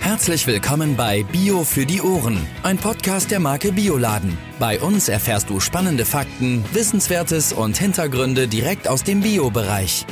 Herzlich willkommen bei Bio für die Ohren, ein Podcast der Marke Bioladen. Bei uns erfährst du spannende Fakten, Wissenswertes und Hintergründe direkt aus dem Bio-Bereich.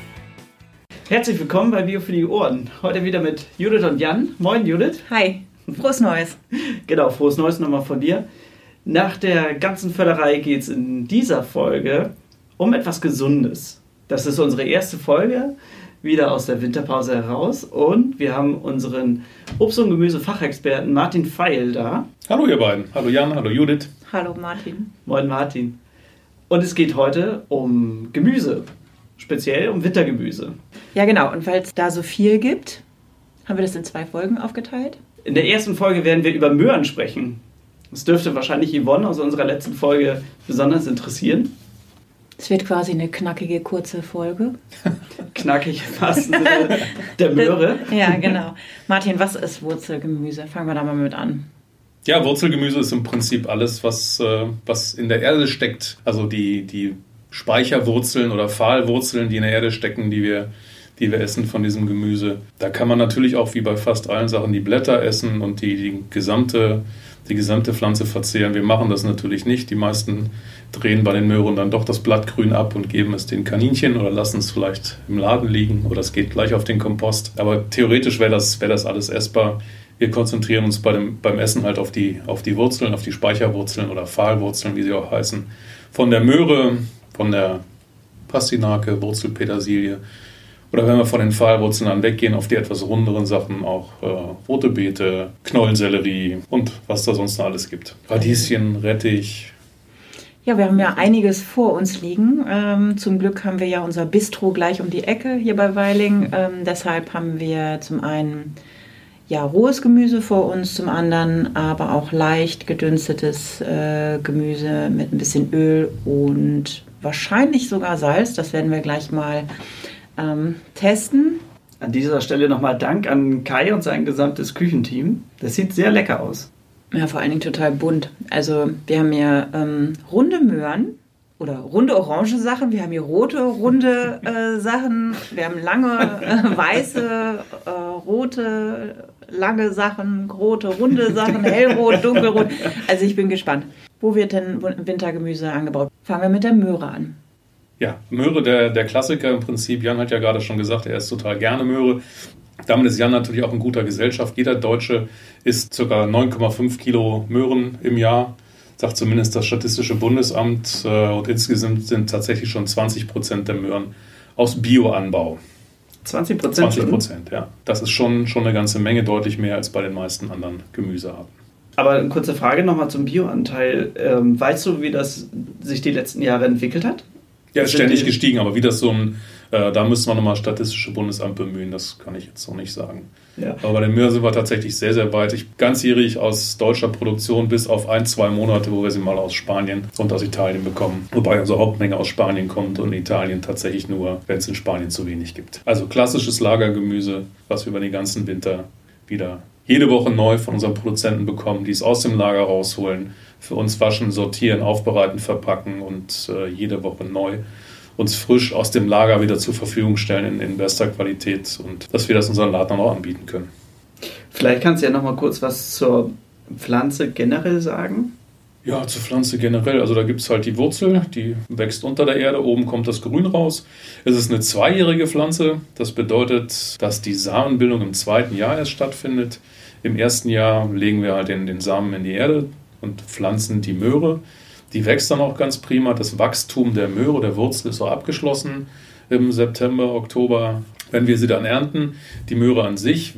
Herzlich willkommen bei Bio für die Ohren. Heute wieder mit Judith und Jan. Moin Judith. Hi, frohes Neues. Genau, frohes Neues nochmal von dir. Nach der ganzen Völlerei geht es in dieser Folge um etwas Gesundes. Das ist unsere erste Folge, wieder aus der Winterpause heraus. Und wir haben unseren Obst- und Gemüse-Fachexperten Martin Feil da. Hallo ihr beiden. Hallo Jan, hallo Judith. Hallo Martin. Moin Martin. Und es geht heute um Gemüse, speziell um Wintergemüse. Ja genau, und weil es da so viel gibt, haben wir das in 2 Folgen aufgeteilt. In der ersten Folge werden wir über Möhren sprechen. Das dürfte wahrscheinlich Yvonne aus unserer letzten Folge besonders interessieren. Es wird quasi eine knackige, kurze Folge. Knackig fast der Möhre. Ja, genau. Martin, was ist Wurzelgemüse? Fangen wir da mal mit an. Ja, Wurzelgemüse ist im Prinzip alles, was in der Erde steckt. Also die Speicherwurzeln oder Pfahlwurzeln, die in der Erde stecken, die wir essen von diesem Gemüse. Da kann man natürlich auch wie bei fast allen Sachen die Blätter essen und die gesamte Pflanze verzehren. Wir machen das natürlich nicht. Die meisten drehen bei den Möhren dann doch das Blattgrün ab und geben es den Kaninchen oder lassen es vielleicht im Laden liegen oder es geht gleich auf den Kompost. Aber theoretisch wäre das alles essbar. Wir konzentrieren uns beim Essen halt auf die Wurzeln, auf die Speicherwurzeln oder Pfahlwurzeln, wie sie auch heißen. Von der Möhre, von der Pastinake, Wurzelpetersilie. Oder wenn wir von den Pfahlwurzeln dann weggehen, auf die etwas runderen Sachen, auch rote Beete, Knollensellerie und was da sonst noch alles gibt. Radieschen, Rettich. Ja, wir haben ja einiges vor uns liegen. Zum Glück haben wir ja unser Bistro gleich um die Ecke hier bei Weiling. Deshalb haben wir zum einen rohes Gemüse vor uns, zum anderen aber auch leicht gedünstetes Gemüse mit ein bisschen Öl und wahrscheinlich sogar Salz. Das werden wir gleich mal testen. An dieser Stelle nochmal Dank an Kai und sein gesamtes Küchenteam. Das sieht sehr lecker aus. Ja, vor allen Dingen total bunt. Also wir haben hier runde Möhren oder runde orange Sachen. Wir haben hier rote, runde Sachen. Wir haben lange, weiße, rote, lange Sachen, rote, runde Sachen, hellrot, dunkelrot. Also ich bin gespannt. Wo wird denn Wintergemüse angebaut? Fangen wir mit der Möhre an. Ja, Möhre, der Klassiker im Prinzip. Jan hat ja gerade schon gesagt, er isst total gerne Möhre. Damit ist Jan natürlich auch in guter Gesellschaft. Jeder Deutsche isst ca. 9,5 Kilo Möhren im Jahr, sagt zumindest das Statistische Bundesamt. Und insgesamt sind tatsächlich schon 20% der Möhren aus Bioanbau. 20%? 20%, ja. Das ist schon eine ganze Menge, deutlich mehr als bei den meisten anderen Gemüsearten. Aber eine kurze Frage nochmal zum Bioanteil. Weißt du, wie das sich die letzten Jahre entwickelt hat? Ja, ist ständig gestiegen, aber wie das da müssen wir nochmal Statistische Bundesamt bemühen, das kann ich jetzt noch nicht sagen. Ja. Aber bei den Möhren sind wir tatsächlich sehr, sehr weit. Ganzjährig aus deutscher Produktion bis auf 1-2 Monate, wo wir sie mal aus Spanien und aus Italien bekommen. Wobei unsere Hauptmenge aus Spanien kommt und in Italien tatsächlich nur, wenn es in Spanien zu wenig gibt. Also klassisches Lagergemüse, was wir über den ganzen Winter wieder jede Woche neu von unseren Produzenten bekommen, die es aus dem Lager rausholen, für uns waschen, sortieren, aufbereiten, verpacken und jede Woche neu uns frisch aus dem Lager wieder zur Verfügung stellen in bester Qualität und dass wir das unseren Ladnern auch anbieten können. Vielleicht kannst du ja noch mal kurz was zur Pflanze generell sagen. Ja, zur Pflanze generell. Also da gibt es halt die Wurzel, die wächst unter der Erde, oben kommt das Grün raus. Es ist eine 2-jährige Pflanze. Das bedeutet, dass die Samenbildung im 2. Jahr erst stattfindet. Im 1. Jahr legen wir halt den Samen in die Erde und pflanzen die Möhre. Die wächst dann auch ganz prima. Das Wachstum der Möhre, der Wurzel ist auch abgeschlossen im September, Oktober, wenn wir sie dann ernten. Die Möhre an sich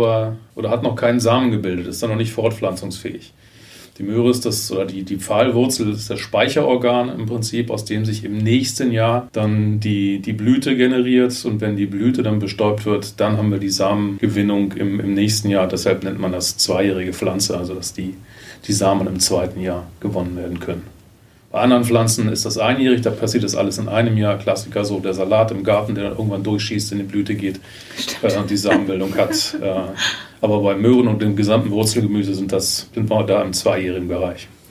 hat noch keinen Samen gebildet, ist dann noch nicht fortpflanzungsfähig. Die Möhre ist die Pfahlwurzel ist das Speicherorgan im Prinzip, aus dem sich im nächsten Jahr dann die Blüte generiert. Und wenn die Blüte dann bestäubt wird, dann haben wir die Samengewinnung im nächsten Jahr. Deshalb nennt man das 2-jährige Pflanze, also dass die Samen im 2. Jahr gewonnen werden können. Bei anderen Pflanzen ist das 1-jährig, da passiert das alles in einem Jahr. Klassiker so der Salat im Garten, der dann irgendwann durchschießt, in die Blüte geht und die Samenbildung hat. Aber bei Möhren und dem gesamten Wurzelgemüse sind wir da im 2-jährigen Bereich.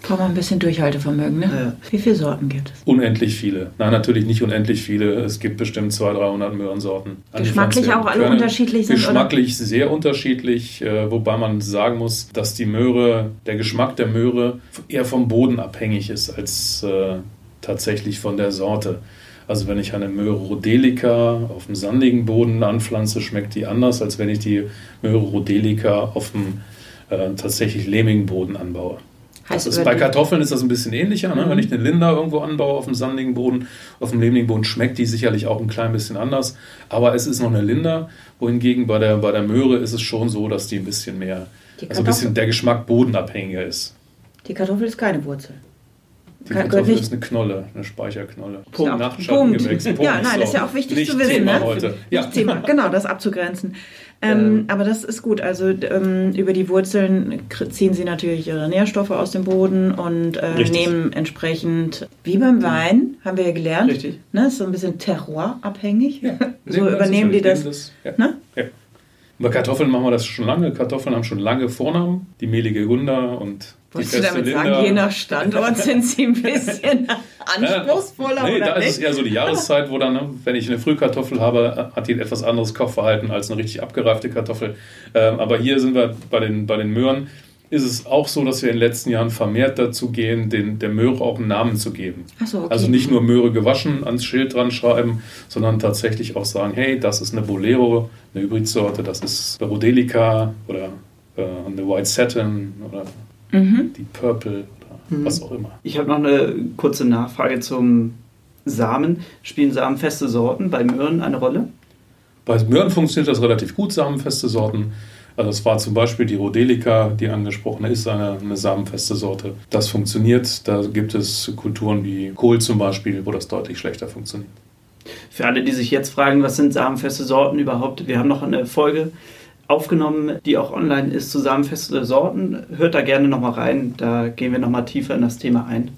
Braucht man ein bisschen Durchhaltevermögen, ne? Ja. Wie viele Sorten gibt es? Unendlich viele. Nein, natürlich nicht unendlich viele. Es gibt bestimmt 200-300 Möhrensorten. Geschmacklich auch alle unterschiedlich sind, geschmacklich sehr unterschiedlich, wobei man sagen muss, dass der Geschmack der Möhre eher vom Boden abhängig ist als tatsächlich von der Sorte. Also wenn ich eine Möhre Rodelica auf dem sandigen Boden anpflanze, schmeckt die anders, als wenn ich die Möhre Rodelica auf dem tatsächlich lehmigen Boden anbaue. Bei Kartoffeln ist das ein bisschen ähnlicher. Ne? Wenn ich eine Linda irgendwo anbaue auf dem sandigen Boden, auf dem lehmigen Boden, schmeckt die sicherlich auch ein klein bisschen anders. Aber es ist noch eine Linda. Wohingegen bei der Möhre ist es schon so, dass die ein bisschen mehr, also ein bisschen der Geschmack bodenabhängiger ist. Die Kartoffel ist keine Wurzel. Die Kartoffel ist eine Knolle, eine Speicherknolle. Punkt. Nachtschattengewächs. Punkt. Ja, nein, das ist ja auch wichtig zu wissen. Thema ne? heute. Ja. Nicht Thema, genau, das abzugrenzen. Aber das ist gut. Also über die Wurzeln ziehen sie natürlich ihre Nährstoffe aus dem Boden und nehmen entsprechend, wie beim Wein, haben wir ja gelernt, Richtig. Ne, ist so ein bisschen terroirabhängig. Ja. So übernehmen die das. Ja. Ne? Ja. Bei Kartoffeln machen wir das schon lange. Kartoffeln haben schon lange Vornamen. Die mehlige Gunda und die Wolltest du feste damit Linda. sagen, je nach Standort sind sie ein bisschen anspruchsvoller Nee, oder da nicht? ist es eher so die Jahreszeit, wo dann, ne, wenn ich eine Frühkartoffel habe, hat die ein etwas anderes Kochverhalten als eine richtig abgereifte Kartoffel. Aber hier sind wir bei den Möhren. Ist es auch so, dass wir in den letzten Jahren vermehrt dazu gehen, der Möhre auch einen Namen zu geben. Ach so, okay. Also nicht nur Möhre gewaschen ans Schild dran schreiben, sondern tatsächlich auch sagen, hey, das ist eine Bolero, eine Hybridsorte, das ist eine Rodelica oder eine White Satin oder die Purple oder was auch immer. Ich habe noch eine kurze Nachfrage zum Samen. Spielen samenfeste Sorten bei Möhren eine Rolle? Bei Möhren funktioniert das relativ gut, samenfeste Sorten. Also es war zum Beispiel die Rodelica, die angesprochene, ist eine samenfeste Sorte. Das funktioniert. Da gibt es Kulturen wie Kohl zum Beispiel, wo das deutlich schlechter funktioniert. Für alle, die sich jetzt fragen, was sind samenfeste Sorten überhaupt? Wir haben noch eine Folge aufgenommen, die auch online ist, zu samenfeste Sorten. Hört da gerne nochmal rein. Da gehen wir nochmal tiefer in das Thema ein.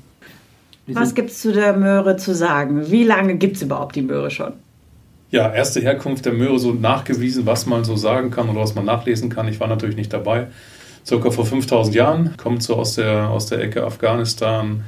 Was gibt es zu der Möhre zu sagen? Wie lange gibt es überhaupt die Möhre schon? Ja, erste Herkunft der Möhre so nachgewiesen, was man so sagen kann oder was man nachlesen kann. Ich war natürlich nicht dabei. Circa vor 5000 Jahren, kommt so aus der Ecke Afghanistan,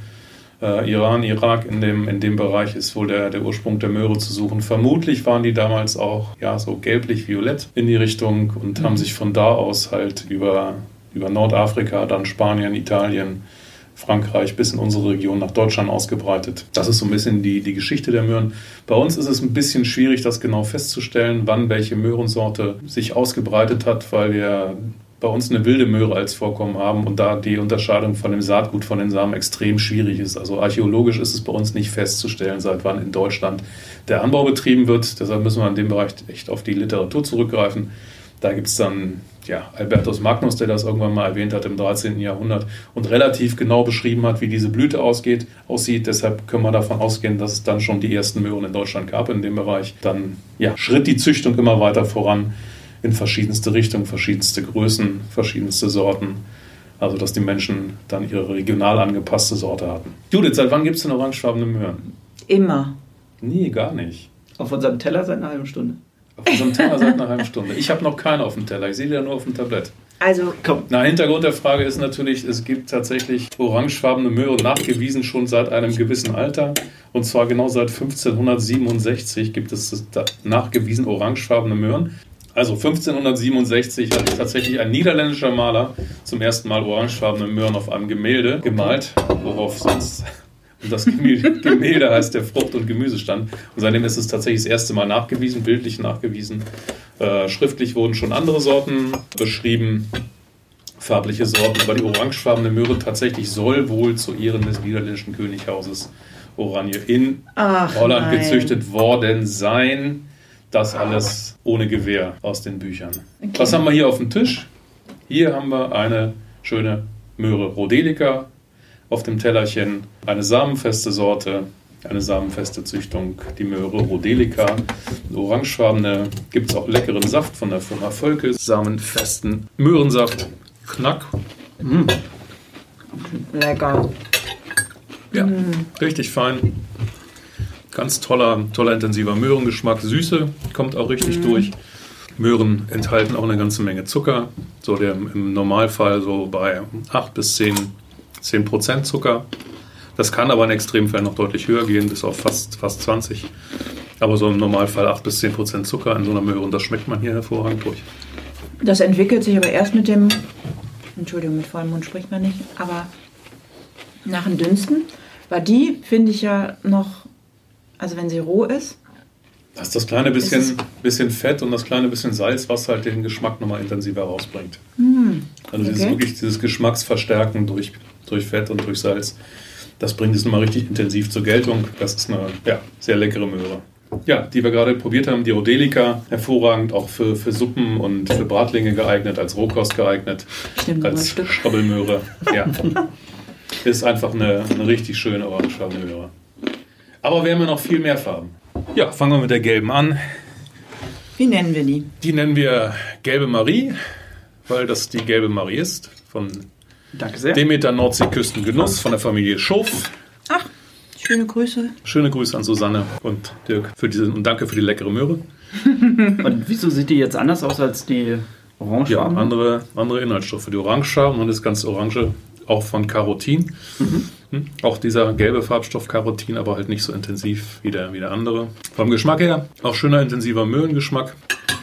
Iran, Irak, in dem Bereich ist wohl der Ursprung der Möhre zu suchen. Vermutlich waren die damals auch so gelblich-violett in die Richtung und haben sich von da aus halt über Nordafrika, dann Spanien, Italien, Frankreich bis in unsere Region nach Deutschland ausgebreitet. Das ist so ein bisschen die Geschichte der Möhren. Bei uns ist es ein bisschen schwierig, das genau festzustellen, wann welche Möhrensorte sich ausgebreitet hat, weil wir bei uns eine wilde Möhre als Vorkommen haben und da die Unterscheidung von dem Saatgut von den Samen extrem schwierig ist. Also archäologisch ist es bei uns nicht festzustellen, seit wann in Deutschland der Anbau betrieben wird. Deshalb müssen wir in dem Bereich echt auf die Literatur zurückgreifen. Da gibt es dann Albertus Magnus, der das irgendwann mal erwähnt hat im 13. Jahrhundert und relativ genau beschrieben hat, wie diese Blüte aussieht. Deshalb können wir davon ausgehen, dass es dann schon die ersten Möhren in Deutschland gab in dem Bereich. Dann schritt die Züchtung immer weiter voran in verschiedenste Richtungen, verschiedenste Größen, verschiedenste Sorten. Also dass die Menschen dann ihre regional angepasste Sorte hatten. Judith, seit wann gibt es denn orangefarbene Möhren? Immer. Nie, gar nicht. Auf unserem Teller seit einer halben Stunde. Auf unserem Teller seit einer halben Stunde. Ich habe noch keine auf dem Teller, ich sehe die ja nur auf dem Tablett. Also, Hintergrund der Frage ist natürlich, es gibt tatsächlich orangefarbene Möhren nachgewiesen schon seit einem gewissen Alter. Und zwar genau seit 1567 gibt es nachgewiesen orangefarbene Möhren. Also 1567 hat tatsächlich ein niederländischer Maler zum ersten Mal orangefarbene Möhren auf einem Gemälde gemalt, worauf sonst... Und das Gemälde heißt der Frucht- und Gemüsestand. Und seitdem ist es tatsächlich das erste Mal nachgewiesen, bildlich nachgewiesen. Schriftlich wurden schon andere Sorten beschrieben, farbliche Sorten. Aber die orangefarbene Möhre tatsächlich soll wohl zu Ehren des niederländischen Königshauses Oranje in Holland gezüchtet worden sein. Das alles ohne Gewähr aus den Büchern. Okay. Was haben wir hier auf dem Tisch? Hier haben wir eine schöne Möhre Rodelica. Auf dem Tellerchen eine samenfeste Sorte, eine samenfeste Züchtung, die Möhre Rodelica. Orangefarbene, gibt es auch leckeren Saft von der Firma Völkes. Samenfesten Möhrensaft. Knack. Lecker. Ja, richtig fein. Ganz toller intensiver Möhrengeschmack. Süße kommt auch richtig durch. Möhren enthalten auch eine ganze Menge Zucker. So der im Normalfall so bei 8 bis 10 10% Zucker. Das kann aber in Extremfällen noch deutlich höher gehen, bis auf fast 20. Aber so im Normalfall 8 bis 10% Zucker in so einer Möhre. Und das schmeckt man hier hervorragend durch. Das entwickelt sich aber erst mit dem, Entschuldigung, mit vollem Mund spricht man nicht, aber nach dem Dünsten, weil die finde ich ja noch, also wenn sie roh ist. Das ist das kleine bisschen Fett und das kleine bisschen Salz, was halt den Geschmack nochmal intensiver rausbringt. Also dieses Geschmacksverstärken durch Fett und durch Salz, das bringt es nochmal richtig intensiv zur Geltung. Das ist eine sehr leckere Möhre. Ja, die wir gerade probiert haben, die Rodelica, hervorragend auch für Suppen und für Bratlinge geeignet, als Rohkost geeignet, als Schrabbelmöhre. Ja. Ist einfach eine richtig schöne orangefarbene Möhre. Aber wir haben ja noch viel mehr Farben. Ja, fangen wir mit der gelben an. Wie nennen wir die? Die nennen wir Gelbe Marie, weil das die Gelbe Marie ist, von Demeter Nordseeküstengenuss von der Familie Schof. Ach, schöne Grüße. Schöne Grüße an Susanne und Dirk und danke für die leckere Möhre. Und wieso sieht die jetzt anders aus als die Orangefarben? Ja, andere Inhaltsstoffe. Die Orangefarben und das ganze Orange auch von Carotin. Auch dieser gelbe Farbstoff Carotin, aber halt nicht so intensiv wie der andere. Vom Geschmack her auch schöner, intensiver Möhrengeschmack.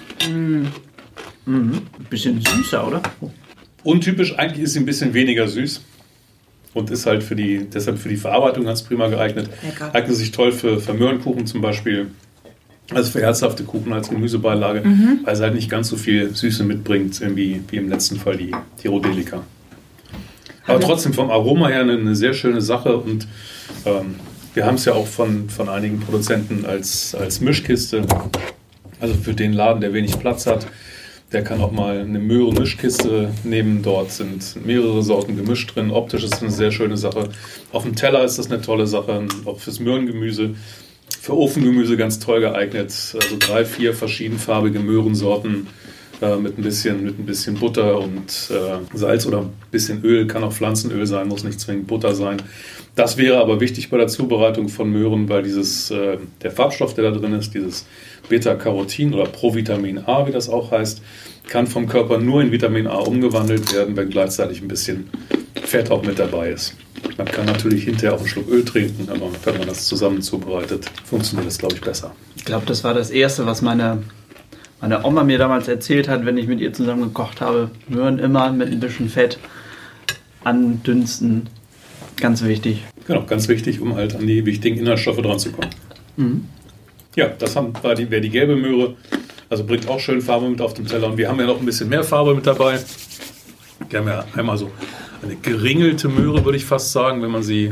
Bisschen süßer, oder? Untypisch, eigentlich ist sie ein bisschen weniger süß. Und ist halt deshalb für die Verarbeitung ganz prima geeignet. Lecker. Eignet sich toll für Möhrenkuchen zum Beispiel. Also für herzhafte Kuchen als Gemüsebeilage, weil sie halt nicht ganz so viel Süße mitbringt, wie im letzten Fall die Rodelica. Aber trotzdem vom Aroma her eine sehr schöne Sache und wir haben es ja auch von einigen Produzenten als Mischkiste. Also für den Laden, der wenig Platz hat, der kann auch mal eine Möhre-Mischkiste nehmen. Dort sind mehrere Sorten gemischt drin. Optisch ist es eine sehr schöne Sache. Auf dem Teller ist das eine tolle Sache, auch fürs Möhrengemüse. Für Ofengemüse ganz toll geeignet. Also 3, 4 verschiedenfarbige Möhrensorten mit ein bisschen Butter und Salz oder ein bisschen Öl. Kann auch Pflanzenöl sein, muss nicht zwingend Butter sein. Das wäre aber wichtig bei der Zubereitung von Möhren, weil der Farbstoff, der da drin ist, dieses Beta-Carotin oder Provitamin A, wie das auch heißt, kann vom Körper nur in Vitamin A umgewandelt werden, wenn gleichzeitig ein bisschen Fett auch mit dabei ist. Man kann natürlich hinterher auch einen Schluck Öl trinken, aber wenn man das zusammen zubereitet, funktioniert das, glaube ich, besser. Ich glaube, das war das Erste, was meine Oma mir damals erzählt hat, wenn ich mit ihr zusammen gekocht habe. Möhren immer mit ein bisschen Fett andünsten. Ganz wichtig. Genau, ganz wichtig, um halt an die wichtigen Inhaltsstoffe dran zu kommen. Ja, das wäre die gelbe Möhre. Also bringt auch schön Farbe mit auf den Teller. Und wir haben ja noch ein bisschen mehr Farbe mit dabei. Wir haben ja einmal so eine geringelte Möhre, würde ich fast sagen, wenn man sie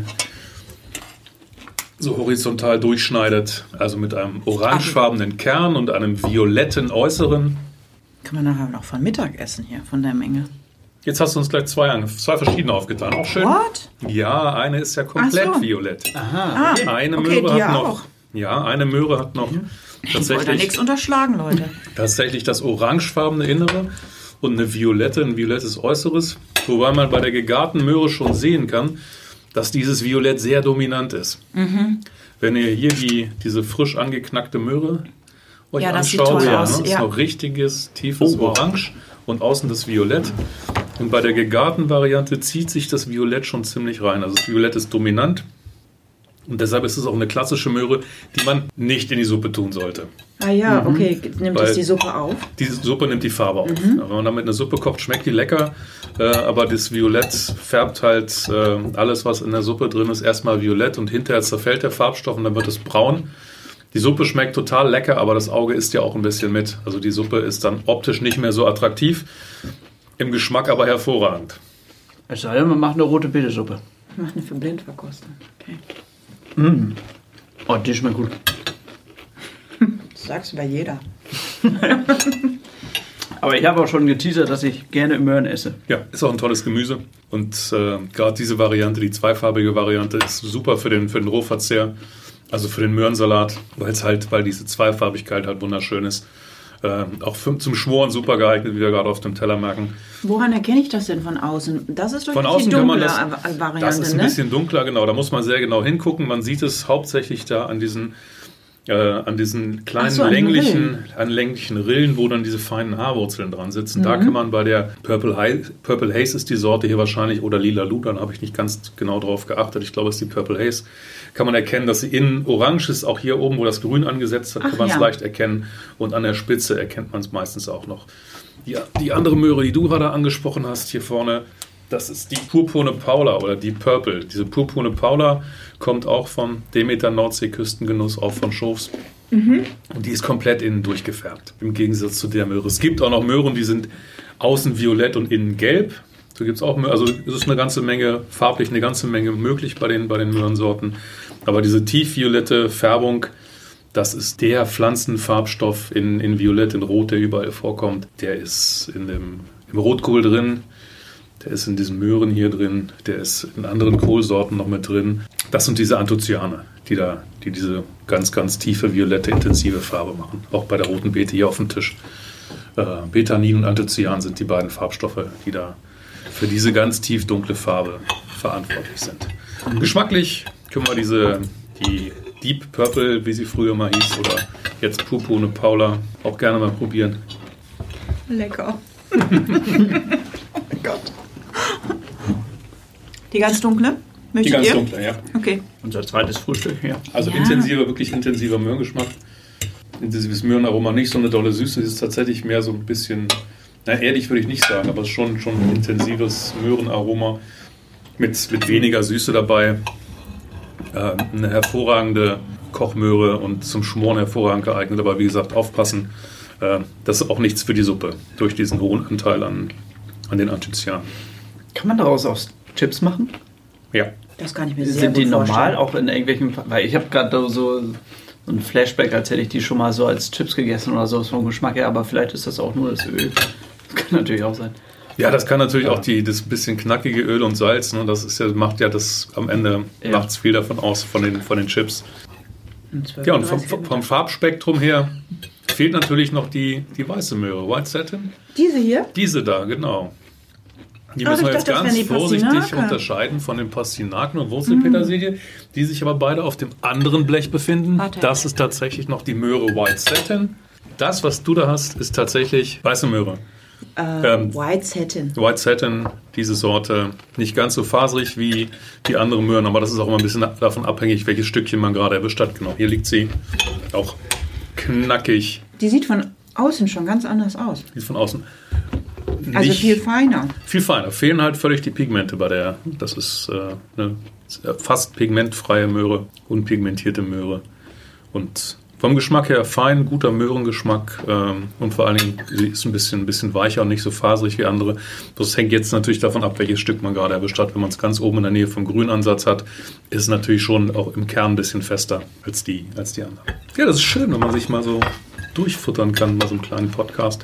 so horizontal durchschneidet. Also mit einem orangefarbenen Kern und einem violetten Äußeren. Kann man nachher noch von Mittag essen hier, von der Menge. Jetzt hast du uns gleich zwei verschiedene aufgetan. Auch schön. What? Ja, eine ist ja komplett violett. Aha. Okay. Eine Okay, Möhre die hat noch. auch. Ja, eine Möhre hat noch Ich wollte da nichts tatsächlich unterschlagen, Leute. das orangefarbene Innere und ein violettes Äußeres. Wobei man bei der gegarten Möhre schon sehen kann, dass dieses Violett sehr dominant ist. Wenn ihr hier diese frisch angeknackte Möhre euch Ja, das sieht anschaut, toll ja, aus, ist ja. noch richtiges, tiefes Orange und außen das Violett. Und bei der gegarten Variante zieht sich das Violett schon ziemlich rein. Also das Violett ist dominant. Und deshalb ist es auch eine klassische Möhre, die man nicht in die Suppe tun sollte. Ah ja, okay. Nimmt Weil das die Suppe auf? Die Suppe nimmt die Farbe auf. Wenn man damit eine Suppe kocht, schmeckt die lecker. Aber das Violett färbt halt alles, was in der Suppe drin ist, erstmal violett und hinterher zerfällt der Farbstoff und dann wird es braun. Die Suppe schmeckt total lecker, aber das Auge isst ja auch ein bisschen mit. Also die Suppe ist dann optisch nicht mehr so attraktiv, im Geschmack aber hervorragend. Es sei denn, man macht eine rote Betesuppe. Ich mache eine für Blindverkostung. Okay. Oh, die schmeckt gut. Das sagst du bei jeder. Aber ich habe auch schon geteasert, dass ich gerne Möhren esse. Ja, ist auch ein tolles Gemüse. Und gerade diese Variante, die zweifarbige Variante, ist super für den Rohverzehr. Also für den Möhrensalat, weil diese Zweifarbigkeit halt wunderschön ist. Auch zum Schmoren super geeignet, wie wir gerade auf dem Teller merken. Woran erkenne ich das denn von außen? Das ist doch Von die außen kann man dunkle das Variante, ist ein ne? bisschen dunkler, genau. Da muss man sehr genau hingucken. Man sieht es hauptsächlich da an diesen an diesen kleinen länglichen Rillen, wo dann diese feinen Haarwurzeln dran sitzen. Da kann man bei der Purple Haze ist die Sorte hier wahrscheinlich, oder Lila Ludan, habe ich nicht ganz genau drauf geachtet. Ich glaube, es ist die Purple Haze. Kann man erkennen, dass sie innen orange ist. Auch hier oben, wo das Grün angesetzt hat, kann man es leicht erkennen. Und an der Spitze erkennt man es meistens auch noch. Die andere Möhre, die du gerade angesprochen hast, hier vorne, das ist die Purpurne Paula oder die Purple. Diese Purpurne Paula kommt auch vom Demeter Nordsee-Küstengenuss, auch von Schofs. Und die ist komplett innen durchgefärbt, im Gegensatz zu der Möhre. Es gibt auch noch Möhren, die sind außen violett und innen gelb. So gibt es auch Möhren. Also es ist eine ganze Menge, farblich eine ganze Menge möglich bei den Möhrensorten. Aber diese tiefviolette Färbung, das ist der Pflanzenfarbstoff in Violett, in Rot, der überall vorkommt. Der ist im Rotkohl drin. Der ist in diesen Möhren hier drin, der ist in anderen Kohlsorten noch mit drin. Das sind diese Anthocyane, die diese ganz, ganz tiefe, violette, intensive Farbe machen. Auch bei der roten Beete hier auf dem Tisch. Betanin und Anthocyan sind die beiden Farbstoffe, die da für diese ganz tief dunkle Farbe verantwortlich sind. Geschmacklich können wir die Deep Purple, wie sie früher mal hieß, oder jetzt Purpurne Paula, auch gerne mal probieren. Lecker. Oh Gott. Die ganz dunkle? Die ganz dunkle, ja. Okay. Unser zweites Frühstück, ja. Also wirklich intensiver Möhrengeschmack. Intensives Möhrenaroma, nicht so eine dolle Süße. Es ist tatsächlich mehr so ein bisschen, ehrlich würde ich nicht sagen, aber schon ein intensives Möhrenaroma mit weniger Süße dabei. Eine hervorragende Kochmöhre und zum Schmoren hervorragend geeignet. Aber wie gesagt, aufpassen, das ist auch nichts für die Suppe durch diesen hohen Anteil an den Anthocyanen. Kann man daraus auch Chips machen? Ja. Das kann ich mir sehr Sind gut die normal vorstellen. auch in irgendwelchen... Weil ich habe gerade so ein Flashback, als hätte ich die schon mal so als Chips gegessen oder so vom Geschmack her, aber vielleicht ist das auch nur das Öl. Das kann natürlich auch sein. Ja, das kann natürlich auch das bisschen knackige Öl und Salz, ne? Das ist macht das am Ende macht's viel davon aus, von den Chips. Ja, und vom Farbspektrum her fehlt natürlich noch die weiße Möhre, White Satin. Diese hier? Diese da, genau. Die müssen wir jetzt ganz vorsichtig unterscheiden von den Pastinaken und Wurzelpetersilie, die sich aber beide auf dem anderen Blech befinden. Das ist tatsächlich noch die Möhre White Satin. Das, was du da hast, ist tatsächlich weiße Möhre. White Satin. White Satin, diese Sorte, nicht ganz so faserig wie die anderen Möhren, aber das ist auch immer ein bisschen davon abhängig, welches Stückchen man gerade erwischt hat. Genau, hier liegt sie auch knackig. Die sieht von außen schon ganz anders aus. Sieht von außen also viel feiner. Viel feiner. Fehlen halt völlig die Pigmente bei der. Das ist eine fast pigmentfreie Möhre, unpigmentierte Möhre. Und vom Geschmack her fein, guter Möhrengeschmack und vor allen Dingen, sie ist ein bisschen weicher und nicht so faserig wie andere. Das hängt jetzt natürlich davon ab, welches Stück man gerade erwischt hat. Wenn man es ganz oben in der Nähe vom Grünansatz hat, ist es natürlich schon auch im Kern ein bisschen fester als die anderen. Ja, das ist schön, wenn man sich mal so durchfuttern kann bei so einem kleinen Podcast.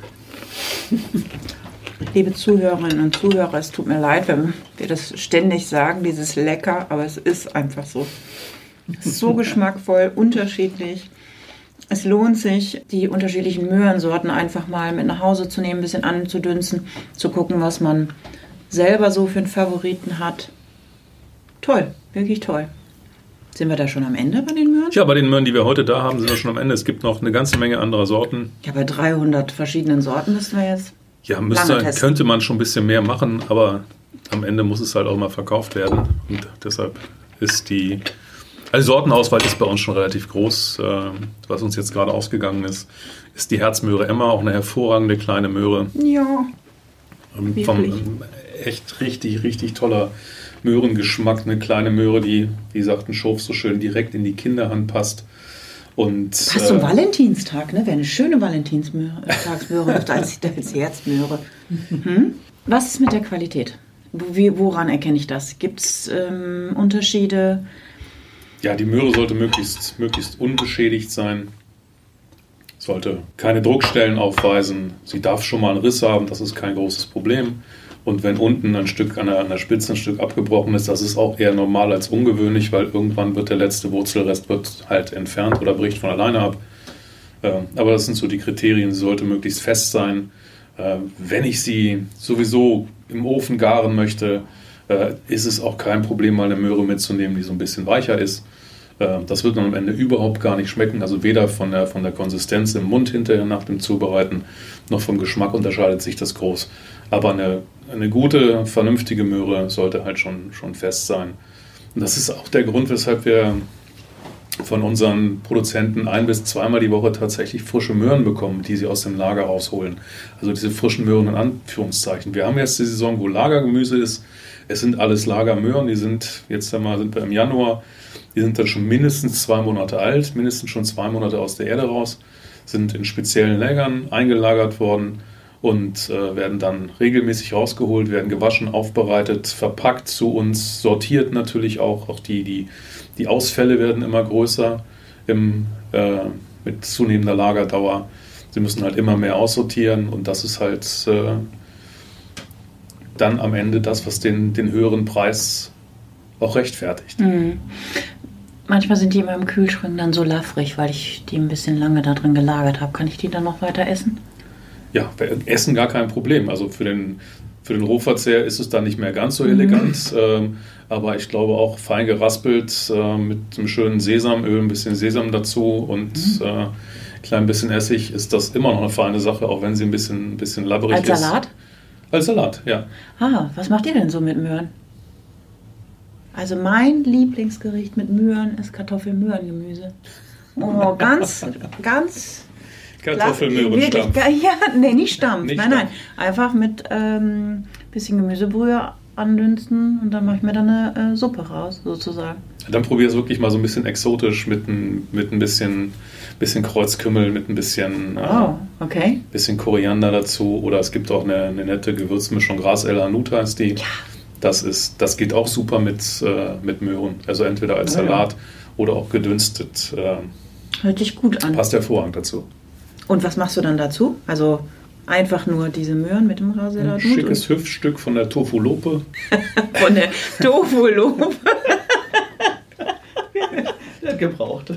Liebe Zuhörerinnen und Zuhörer, es tut mir leid, wenn wir das ständig sagen, dieses lecker, aber es ist einfach so. Es ist so geschmackvoll, unterschiedlich. Es lohnt sich, die unterschiedlichen Möhrensorten einfach mal mit nach Hause zu nehmen, ein bisschen anzudünsten, zu gucken, was man selber so für einen Favoriten hat. Toll, wirklich toll. Sind wir da schon am Ende bei den Möhren? Ja, bei den Möhren, die wir heute da haben, sind wir schon am Ende. Es gibt noch eine ganze Menge anderer Sorten. Ja, bei 300 verschiedenen Sorten müssen wir jetzt könnte man schon ein bisschen mehr machen, aber am Ende muss es halt auch mal verkauft werden. Und deshalb ist die Sortenauswahl ist bei uns schon relativ groß. Was uns jetzt gerade ausgegangen ist die Herzmöhre Emma, auch eine hervorragende kleine Möhre. Ja. Echt richtig, richtig toller Möhrengeschmack. Eine kleine Möhre, die, wie sagten Schof so schön, direkt in die Kinderhand passt. Und, passt zum Valentinstag, ne? Wäre eine schöne Valentinstagsmöhre als Herzmöhre. Was ist mit der Qualität? Woran erkenne ich das? Gibt es Unterschiede? Ja, die Möhre sollte möglichst unbeschädigt sein. Sollte keine Druckstellen aufweisen. Sie darf schon mal einen Riss haben, das ist kein großes Problem. Und wenn unten ein Stück an der Spitze ein Stück abgebrochen ist, das ist auch eher normal als ungewöhnlich, weil irgendwann wird der letzte Wurzelrest halt entfernt oder bricht von alleine ab. Aber das sind so die Kriterien. Sie sollte möglichst fest sein. Wenn ich sie sowieso im Ofen garen möchte, ist es auch kein Problem, mal eine Möhre mitzunehmen, die so ein bisschen weicher ist. Das wird dann am Ende überhaupt gar nicht schmecken. Also weder von der Konsistenz im Mund hinterher nach dem Zubereiten, noch vom Geschmack unterscheidet sich das groß. Aber eine gute, vernünftige Möhre sollte halt schon fest sein. Und das ist auch der Grund, weshalb wir von unseren Produzenten 1- bis 2-mal die Woche tatsächlich frische Möhren bekommen, die sie aus dem Lager rausholen. Also diese frischen Möhren in Anführungszeichen. Wir haben jetzt die Saison, wo Lagergemüse ist. Es sind alles Lagermöhren, die sind wir im Januar, die sind dann schon mindestens 2 Monate alt, mindestens schon 2 Monate aus der Erde raus, sind in speziellen Lägern eingelagert worden und werden dann regelmäßig rausgeholt, werden gewaschen, aufbereitet, verpackt zu uns, sortiert natürlich auch die Ausfälle werden immer größer mit zunehmender Lagerdauer. Sie müssen halt immer mehr aussortieren und das ist halt dann am Ende das, was den höheren Preis auch rechtfertigt. Mhm. Manchmal sind die in meinem Kühlschrank dann so laffrig, weil ich die ein bisschen lange da drin gelagert habe. Kann ich die dann noch weiter essen? Ja, Essen gar kein Problem. Also für den Rohverzehr ist es dann nicht mehr ganz so elegant, aber ich glaube auch fein geraspelt mit einem schönen Sesamöl, ein bisschen Sesam dazu und ein klein bisschen Essig ist das immer noch eine feine Sache, auch wenn sie ein bisschen labberig ist. Als Salat? Als Salat, ja. Was macht ihr denn so mit Möhren? Also mein Lieblingsgericht mit Möhren ist Kartoffelmöhrengemüse. Oh, ganz Kartoffelmöhrenstampf. Ja, nee, nicht Stampf. Nicht nein. Einfach mit bisschen Gemüsebrühe andünsten und dann mache ich mir dann eine Suppe raus, sozusagen. Dann probier es wirklich mal so ein bisschen exotisch mit ein bisschen Kreuzkümmel, mit ein bisschen, bisschen Koriander dazu. Oder es gibt auch eine nette Gewürzmischung, Ras El Hanout heißt die. Ja. Das geht auch super mit Möhren. Also entweder als Salat oder auch gedünstet. Hört sich gut an. Passt hervorragend dazu. Und was machst du dann dazu? Also einfach nur diese Möhren mit dem Ras El Hanout? Ein schickes Hüftstück von der Tofulope. Von der Tofulope. Gebraucht.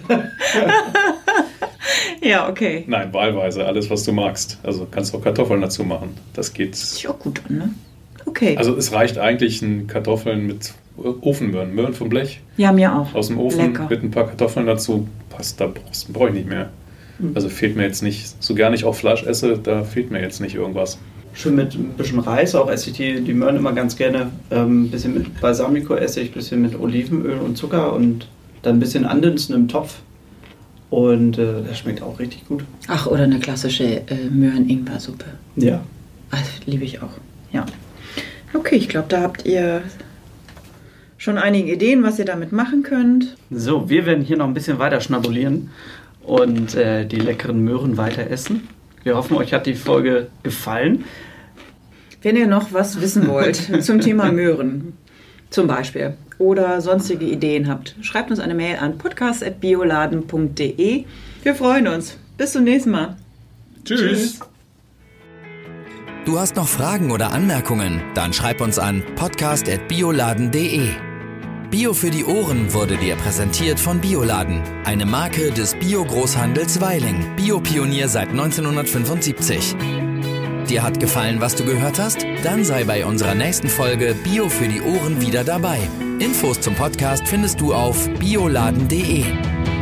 Ja, okay. Nein, wahlweise, alles was du magst. Also kannst auch Kartoffeln dazu machen. Das geht. Sieht auch gut an, ne? Okay. Also es reicht eigentlich ein Kartoffeln mit Ofenmöhren. Möhren vom Blech. Ja, mir auch. Aus dem Ofen Lecker. Mit ein paar Kartoffeln dazu. Passt, da brauche ich nicht mehr. Also fehlt mir jetzt nicht, so gerne ich auch Fleisch esse, da fehlt mir jetzt nicht irgendwas. Schön mit ein bisschen Reis, auch esse ich die Möhren immer ganz gerne. Ein bisschen mit Balsamico esse ich, ein bisschen mit Olivenöl und Zucker und dann ein bisschen andünsten im Topf. Und das schmeckt auch richtig gut. Ach, oder eine klassische Möhren-Ingwer-Suppe. Ja. Also, liebe ich auch, ja. Okay, ich glaube, da habt ihr schon einige Ideen, was ihr damit machen könnt. So, wir werden hier noch ein bisschen weiter schnabulieren und die leckeren Möhren weiter essen. Wir hoffen, euch hat die Folge gefallen. Wenn ihr noch was wissen wollt zum Thema Möhren, zum Beispiel, oder sonstige Ideen habt, schreibt uns eine Mail an podcast@bioladen.de. Wir freuen uns. Bis zum nächsten Mal. Tschüss. Du hast noch Fragen oder Anmerkungen? Dann schreib uns an podcast@bioladen.de. Bio für die Ohren wurde dir präsentiert von Bioladen, eine Marke des Bio-Großhandels Weiling, Biopionier seit 1975. Dir hat gefallen, was du gehört hast? Dann sei bei unserer nächsten Folge Bio für die Ohren wieder dabei. Infos zum Podcast findest du auf bioladen.de.